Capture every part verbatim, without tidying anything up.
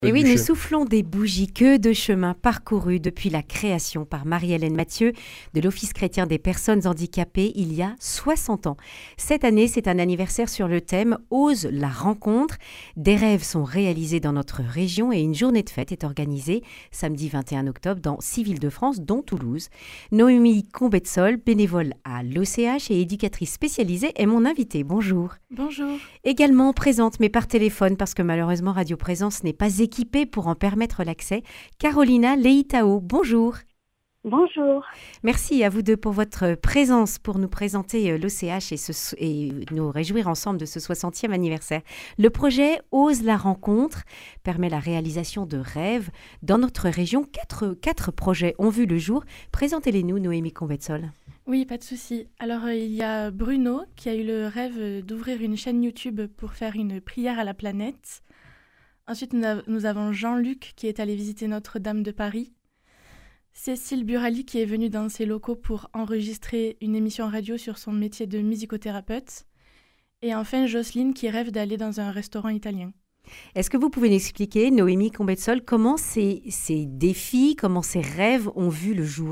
Et oui, nous soufflons des bougies, que de chemin parcouru depuis la création par Marie-Hélène Mathieu de l'Office chrétien des personnes handicapées il y a soixante ans. Cette année, c'est un anniversaire sur le thème « Ose la rencontre ». Des rêves sont réalisés dans notre région et une journée de fête est organisée samedi vingt et un octobre dans six villes de France, dont Toulouse. Noémie Combetsol, bénévole à l'O C H et éducatrice spécialisée, est mon invitée. Bonjour. Bonjour. Également présente, mais par téléphone, parce que malheureusement Radio Présence n'est pas équipée pour en permettre l'accès, Carolina Leitao. Bonjour. Bonjour. Merci à vous deux pour votre présence, pour nous présenter l'O C H et, ce, et nous réjouir ensemble de ce soixantième anniversaire. Le projet Ose la rencontre permet la réalisation de rêves. Dans notre région, quatre, quatre projets ont vu le jour. Présentez-les-nous, Noémie Combetsol. Oui, pas de souci. Alors, euh, il y a Bruno qui a eu le rêve d'ouvrir une chaîne YouTube pour faire une prière à la planète. Ensuite, nous, a- nous avons Jean-Luc qui est allé visiter Notre-Dame de Paris. Cécile Burali qui est venue dans ses locaux pour enregistrer une émission radio sur son métier de musicothérapeute. Et enfin, Jocelyne qui rêve d'aller dans un restaurant italien. Est-ce que vous pouvez nous expliquer, Noémie Combetsol, comment ces, ces défis, comment ces rêves ont vu le jour ?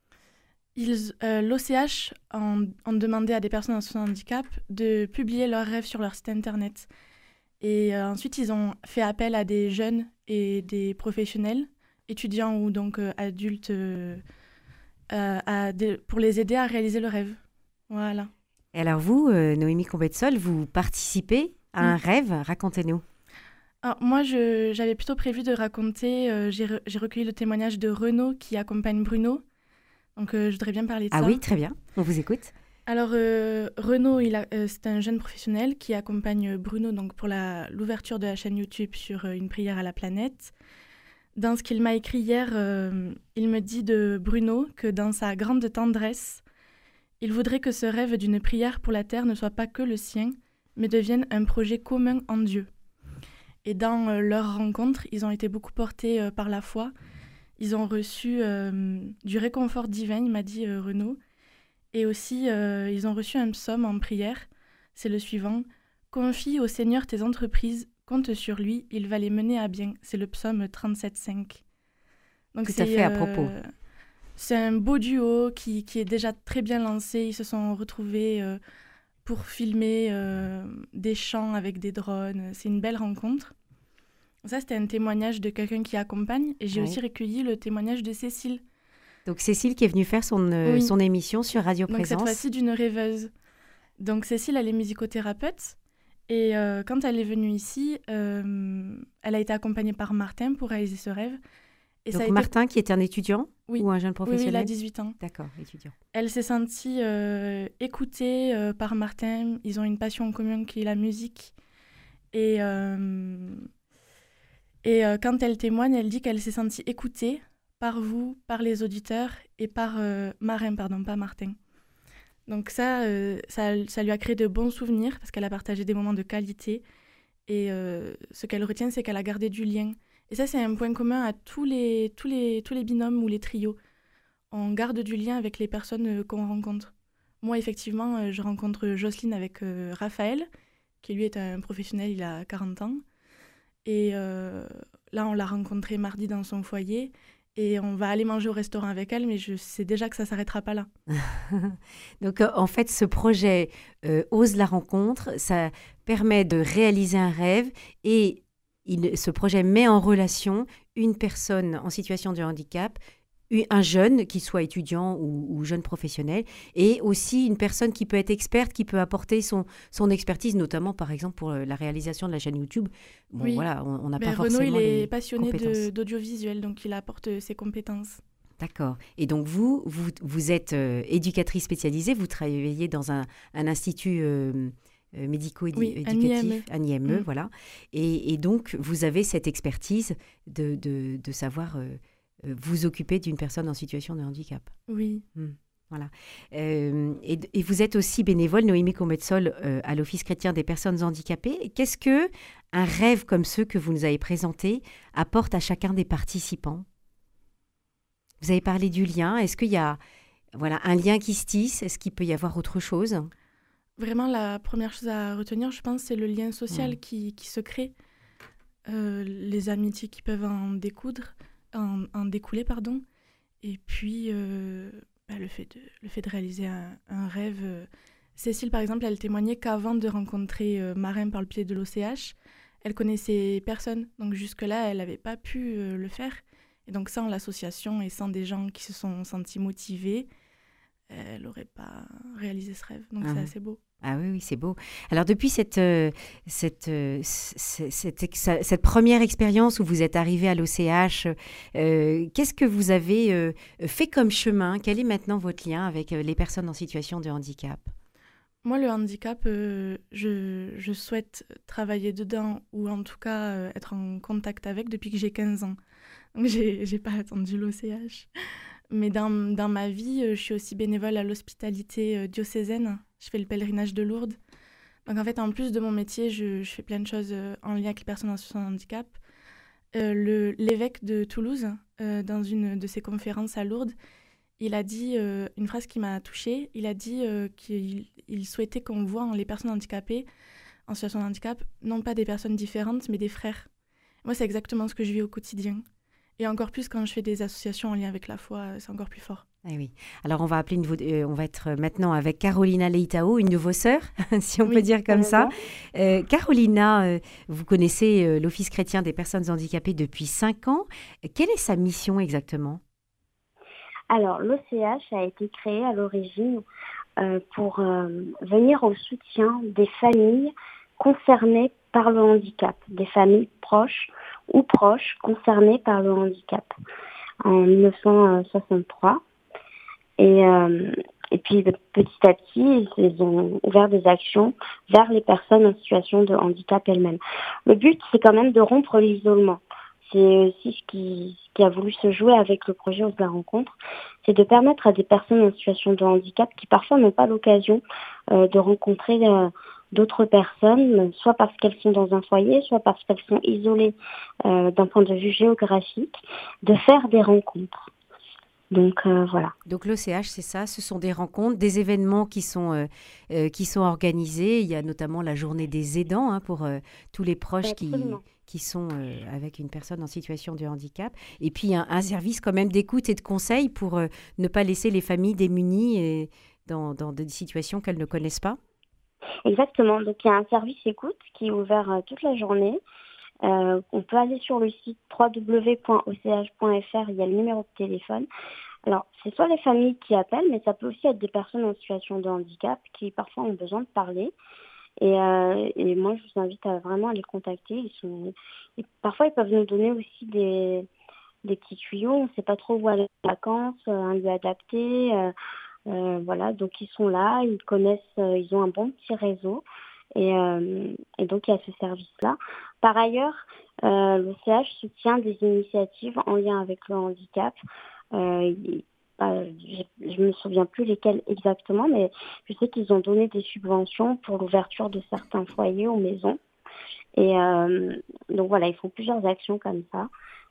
Ils, euh, L'O C H ont, ont demandé à des personnes en situation de handicap de publier leurs rêves sur leur site internet. Et euh, ensuite, ils ont fait appel à des jeunes et des professionnels, étudiants ou donc euh, adultes, euh, euh, à des- pour les aider à réaliser le rêve. Voilà. Et alors vous, euh, Noémie Combetsol, vous participez à un Mm. rêve ? Racontez-nous. Alors, moi, je, j'avais plutôt prévu de raconter, euh, j'ai, re- j'ai recueilli le témoignage de Renaud qui accompagne Bruno. Donc, euh, je voudrais bien parler de Ah ça. oui, très bien, on vous écoute. Alors, euh, Renaud, il a- euh, c'est un jeune professionnel qui accompagne Bruno donc, pour la, l'ouverture de la chaîne YouTube sur euh, une prière à la planète. Dans ce qu'il m'a écrit hier, euh, il me dit de Bruno que dans sa grande tendresse, il voudrait que ce rêve d'une prière pour la terre ne soit pas que le sien, mais devienne un projet commun en Dieu. Et dans euh, leur rencontre, ils ont été beaucoup portés euh, par la foi. Ils ont reçu euh, du réconfort divin, il m'a dit euh, Renaud. Et aussi, euh, ils ont reçu un psaume en prière. C'est le suivant. « Confie au Seigneur tes entreprises, compte sur lui, il va les mener à bien. » C'est le psaume trente-sept cinq. Donc Tout c'est, à fait à propos. C'est un beau duo qui, qui est déjà très bien lancé. Ils se sont retrouvés euh, pour filmer euh, des chants avec des drones. C'est une belle rencontre. Ça, c'était un témoignage de quelqu'un qui accompagne. Et j'ai Oui. aussi recueilli le témoignage de Cécile. Donc Cécile qui est venue faire son, euh, Oui. son émission sur Radio Donc cette Présence. fois-ci d'une rêveuse. Donc Cécile, elle est musicothérapeute. Et euh, quand elle est venue ici, euh, elle a été accompagnée par Martin pour réaliser ce rêve. Et Donc ça a été- Martin qui est un étudiant Oui. ou un jeune Oui, oui, professionnel ? il a dix-huit ans. D'accord, étudiant. Elle s'est sentie euh, écoutée euh, par Martin. Ils ont une passion en commun qui est la musique. Et, euh, et euh, quand elle témoigne, elle dit qu'elle s'est sentie écoutée par vous, par les auditeurs et par euh, Marin, pardon, pas Martin. Donc ça, euh, ça, ça lui a créé de bons souvenirs parce qu'elle a partagé des moments de qualité. Et euh, ce qu'elle retient, c'est qu'elle a gardé du lien. Et ça, c'est un point commun à tous les, tous les, tous les binômes ou les trios. On garde du lien avec les personnes euh, qu'on rencontre. Moi, effectivement, euh, je rencontre Jocelyne avec euh, Raphaël, qui lui est un professionnel, il a quarante ans. Et euh, là, on l'a rencontré mardi dans son foyer. Et on va aller manger au restaurant avec elle, mais je sais déjà que ça ne s'arrêtera pas là. Donc euh, en fait, ce projet euh, Ose la rencontre, ça permet de réaliser un rêve et il, ce projet met en relation une personne en situation de handicap, u- un jeune, qui soit étudiant ou, ou jeune professionnel, et aussi une personne qui peut être experte, qui peut apporter son, son expertise, notamment par exemple pour euh, la réalisation de la chaîne YouTube. Bon, Oui. voilà, on on n'a Ben, pas Renaud, forcément il est les passionné de- compétences. d'audiovisuel, donc il apporte euh, ses compétences. D'accord. Et donc vous, vous, vous êtes euh, éducatrice spécialisée, vous travaillez dans un, un institut euh, euh, Oui, un médico-éducatif, I M E. un I M E, Mm. voilà. Et, et donc vous avez cette expertise de, de, de savoir euh, euh, vous occuper d'une personne en situation de handicap. Oui. Voilà. Euh, et, et vous êtes aussi bénévole, Noémie Combetsol, euh, à l'Office chrétien des personnes handicapées. Qu'est-ce que un rêve comme ceux que vous nous avez présentés apporte à chacun des participants ? Vous avez parlé du lien. Est-ce qu'il y a voilà, un lien qui se tisse ? Est-ce qu'il peut y avoir autre chose ? Vraiment, la première chose à retenir, je pense, c'est le lien social Mm. qui, qui se crée. euh, les amitiés qui peuvent en découdre, en, en découler, pardon. Et puis, euh, bah, le, fait de, le fait de réaliser un, un rêve. euh, Cécile, par exemple, elle témoignait qu'avant de rencontrer euh, Marin par le pied de l'O C H, elle connaissait personne. Donc jusque-là, elle n'avait pas pu euh, le faire. Et donc sans l'association et sans des gens qui se sont sentis motivés, elle n'aurait pas réalisé ce rêve. Donc c'est Mhm. assez beau. Ah oui, oui, c'est beau. Alors depuis cette, euh, cette, euh, c- cette, ex- cette première expérience où vous êtes arrivé à l'O C H, euh, qu'est-ce que vous avez euh, fait comme chemin? Quel est maintenant votre lien avec euh, les personnes en situation de handicap? Moi, le handicap, euh, je, je souhaite travailler dedans ou en tout cas euh, être en contact avec depuis que j'ai quinze ans. Donc j'ai j'ai pas attendu l'O C H. Mais dans, dans ma vie, euh, je suis aussi bénévole à l'hospitalité euh, diocésaine. Je fais le pèlerinage de Lourdes. Donc en fait, en plus de mon métier, je, je fais plein de choses euh, en lien avec les personnes en situation de handicap. Euh, le, l'évêque de Toulouse, euh, dans une de ses conférences à Lourdes, il a dit euh, une phrase qui m'a touchée. Il a dit euh, qu'il il souhaitait qu'on voit en les personnes handicapées, en situation de handicap, non pas des personnes différentes, mais des frères. Moi, c'est exactement ce que je vis au quotidien. Et encore plus quand je fais des associations en lien avec la foi, euh, c'est encore plus fort. Ah oui. Alors on va appeler une vo- euh, on va être maintenant avec Carolina Leitao, une de vos sœurs, si on peut Oui, dire comme ça. D'accord. Euh, Carolina, euh, vous connaissez euh, l'Office chrétien des personnes handicapées depuis cinq ans. Quelle est sa mission exactement? Alors, l'O C H a été créé à l'origine euh, pour euh, venir au soutien des familles concernées par le handicap, des familles proches ou proches concernées par le handicap en dix-neuf cent soixante-trois. Et, euh, et puis petit à petit, ils ont ouvert des actions vers les personnes en situation de handicap elles-mêmes. Le but, c'est quand même de rompre l'isolement. C'est aussi ce qui, ce qui a voulu se jouer avec le projet Ose la rencontre, c'est de permettre à des personnes en situation de handicap qui parfois n'ont pas l'occasion euh, de rencontrer euh, d'autres personnes, soit parce qu'elles sont dans un foyer, soit parce qu'elles sont isolées euh, d'un point de vue géographique, de faire des rencontres. Donc euh, voilà. Donc l'O C H, c'est ça, ce sont des rencontres, des événements qui sont, euh, euh, qui sont organisés. Il y a notamment la journée des aidants hein, pour euh, tous les proches qui, Absolument. qui sont euh, avec une personne en situation de handicap. Et puis un, un service quand même d'écoute et de conseil pour euh, ne pas laisser les familles démunies et dans, dans des situations qu'elles ne connaissent pas. Exactement. Donc il y a un service écoute qui est ouvert euh, toute la journée. Euh, on peut aller sur le site w w w point o c h point f r, il y a le numéro de téléphone. Alors, c'est soit les familles qui appellent, mais ça peut aussi être des personnes en situation de handicap qui parfois ont besoin de parler. Et, euh, et moi, je vous invite à vraiment à les contacter. Ils sont... et parfois, ils peuvent nous donner aussi des, des petits tuyaux. On ne sait pas trop où aller en vacances, euh, un lieu adapté. Euh, euh, voilà, donc ils sont là, ils connaissent, euh, ils ont un bon petit réseau. Et, euh, et donc, il y a ce service-là. Par ailleurs, euh, l'O C H soutient des initiatives en lien avec le handicap. Euh, il- euh, je ne me souviens plus lesquelles exactement, mais je sais qu'ils ont donné des subventions pour l'ouverture de certains foyers ou maisons. Et euh, donc voilà, ils font plusieurs actions comme ça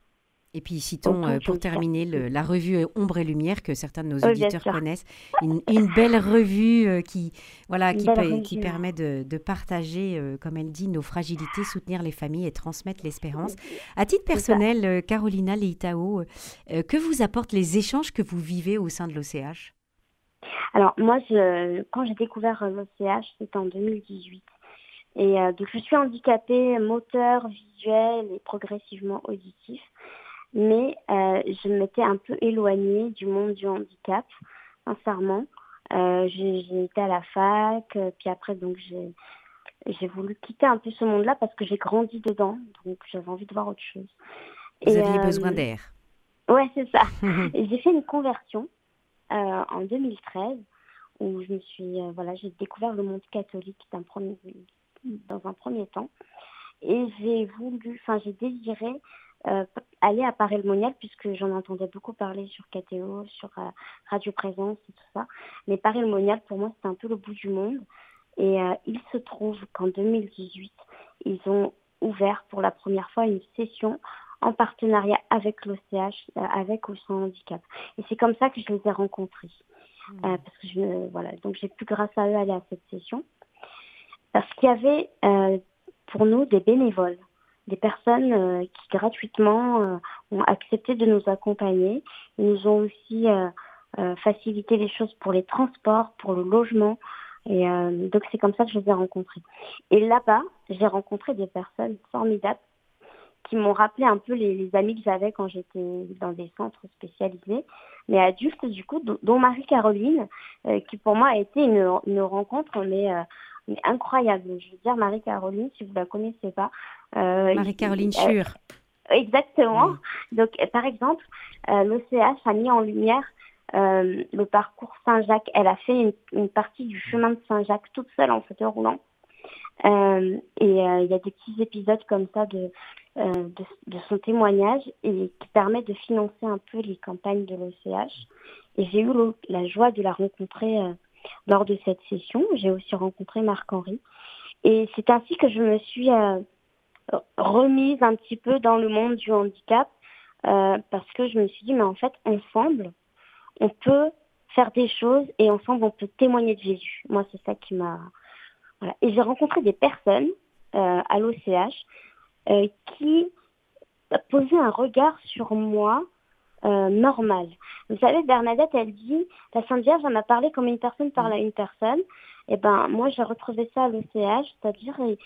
Et puis citons autour euh, du pour handicap. terminer le- la revue euh, Ombre et Lumière que certains de nos Oui, bien auditeurs sûr. connaissent. Une, une belle revue euh, qui, voilà, Une qui, belle peut- qui revue. permet de, de partager, euh, comme elle dit, nos fragilités, soutenir les familles et transmettre l'espérance. À titre C'est ça. personnel, euh, Carolina Leitao, euh, que vous apportent les échanges que vous vivez au sein de l'O C H? Alors moi, je, quand j'ai découvert euh, l'O C H, c'était en deux mille dix-huit. Et euh, donc je suis handicapée moteur, visuel et progressivement auditif. Mais euh, je m'étais un peu éloignée du monde du handicap, sincèrement. Euh, j'ai, j'ai été à la fac, euh, puis après donc j'ai, j'ai voulu quitter un peu ce monde-là parce que j'ai grandi dedans, donc j'avais envie de voir autre chose. Vous Et aviez besoin euh, d'air. ouais, c'est ça. Et j'ai fait une conversion euh, en deux mille treize où je me suis, euh, voilà, j'ai découvert le monde catholique d'un premier, dans un premier temps. Et j'ai voulu, enfin j'ai désiré euh, aller à Paray-le-Monial puisque j'en entendais beaucoup parler sur K T O, sur euh, Radio Présence et tout ça. Mais Paray-le-Monial, pour moi, c'était un peu le bout du monde. Et euh, il se trouve qu'en deux mille dix-huit, ils ont ouvert pour la première fois une session en partenariat avec l'O C H, euh, avec Au Sans Handicap. Et c'est comme ça que je les ai rencontrés. Euh, parce que je, voilà, donc j'ai pu grâce à eux aller à cette session. Parce qu'il y avait euh, pour nous des bénévoles. des personnes euh, qui gratuitement euh, ont accepté de nous accompagner. Ils nous ont aussi euh, euh, facilité les choses pour les transports, pour le logement. Et euh, donc c'est comme ça que je les ai rencontrés. Et là-bas, j'ai rencontré des personnes formidables qui m'ont rappelé un peu les, les amis que j'avais quand j'étais dans des centres spécialisés, mais adultes du coup, dont Marie-Caroline, euh, qui pour moi a été une, une rencontre mais, euh, mais incroyable. Je veux dire, Marie-Caroline, si vous la connaissez pas. Euh, Marie-Caroline Schur. Euh, exactement. Oui. Donc, par exemple, euh, l'O C H a mis en lumière euh, le parcours Saint-Jacques. Elle a fait une, une partie du chemin de Saint-Jacques toute seule en fauteuil roulant. Euh, et il euh, y a des petits épisodes comme ça de, euh, de, de son témoignage et qui permet de financer un peu les campagnes de l'O C H. Et j'ai eu le, la joie de la rencontrer euh, lors de cette session. J'ai aussi rencontré Marc-Henri. Et c'est ainsi que je me suis euh, remise un petit peu dans le monde du handicap euh, parce que je me suis dit, mais en fait, ensemble, on peut faire des choses et ensemble, on peut témoigner de Jésus. Moi, c'est ça qui m'a... Voilà. Et j'ai rencontré des personnes euh, à l'O C H euh, qui posaient un regard sur moi euh, normal. Vous savez, Bernadette, elle dit, la Sainte Vierge en a parlé comme une personne parle à une personne. Et ben, moi, j'ai retrouvé ça à l'O C H, c'est-à-dire, et,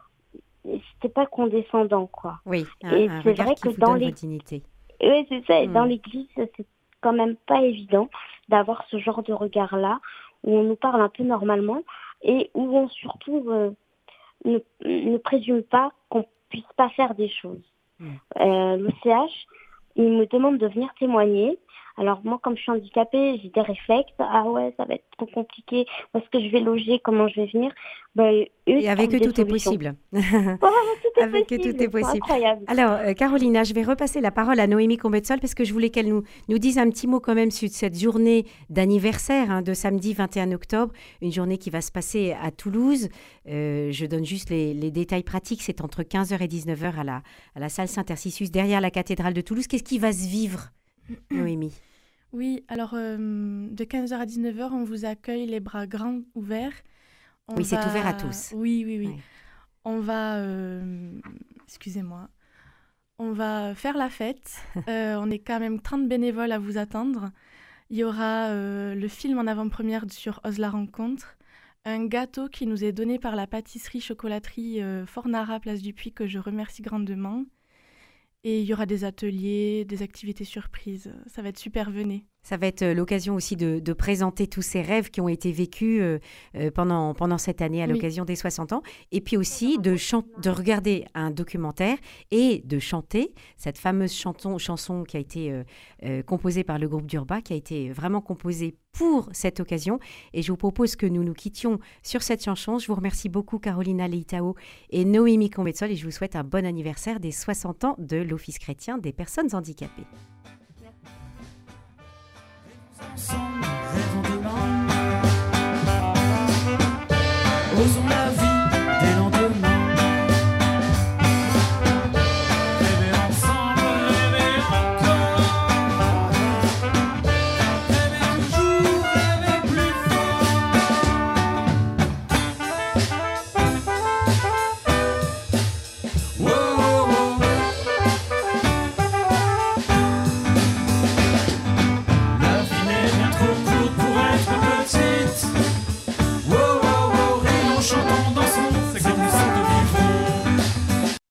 et c'était pas condescendant, quoi. Oui, un, et un c'est regard vrai qui que vous dans donne les... votre dignité. Oui, c'est ça. Et Mm. dans l'Église, c'est quand même pas évident d'avoir ce genre de regard-là, où on nous parle un peu normalement et où on surtout euh, ne, ne présume pas qu'on puisse pas faire des choses. Mm. Euh, L'O C H, il me demande de venir témoigner. Alors moi, comme je suis handicapée, j'ai des réflexes. Ah ouais, ça va être trop compliqué. Où est-ce que je vais loger? Comment je vais venir? Ben, eux, Et avec eux, trouvent des tout est solutions. possible. Oh, tout est Avec eux, possible. tout est C'est possible. incroyable. Alors, euh, Carolina, je vais repasser la parole à Noémie Combetsol parce que je voulais qu'elle nous, nous dise un petit mot quand même sur cette journée d'anniversaire hein, de samedi vingt et un octobre, une journée qui va se passer à Toulouse. Euh, je donne juste les, les détails pratiques. C'est entre quinze heures et dix-neuf heures à la, à la salle Saint-Tercissus, derrière la cathédrale de Toulouse. Qu'est-ce qui va se vivre, Noémie? Oui, alors euh, de quinze heures à dix-neuf heures, on vous accueille les bras grands ouverts. On Oui, c'est va- ouvert à tous. Oui, oui, oui. Ouais. On va, euh, excusez-moi, on va faire la fête. Euh, on est quand même trente bénévoles à vous attendre. Il y aura euh, le film en avant-première sur Ose la rencontre, un gâteau qui nous est donné par la pâtisserie-chocolaterie euh, Fornara, place du Puy, que je remercie grandement. Et il y aura des ateliers, des activités surprises. Ça va être super, venez. Ça va être euh, l'occasion aussi de, de présenter tous ces rêves qui ont été vécus euh, euh, pendant, pendant cette année à Oui. l'occasion des soixante ans. Et puis aussi de, chan- de regarder un documentaire et de chanter cette fameuse chanson, chanson qui a été euh, euh, composée par le groupe d'Urba, qui a été vraiment composée pour cette occasion. Et je vous propose que nous nous quittions sur cette chanson. Je vous remercie beaucoup Carolina Leitao et Noémie Combetsol et je vous souhaite un bon anniversaire des soixante ans de l'Office chrétien des personnes handicapées. Ensemble.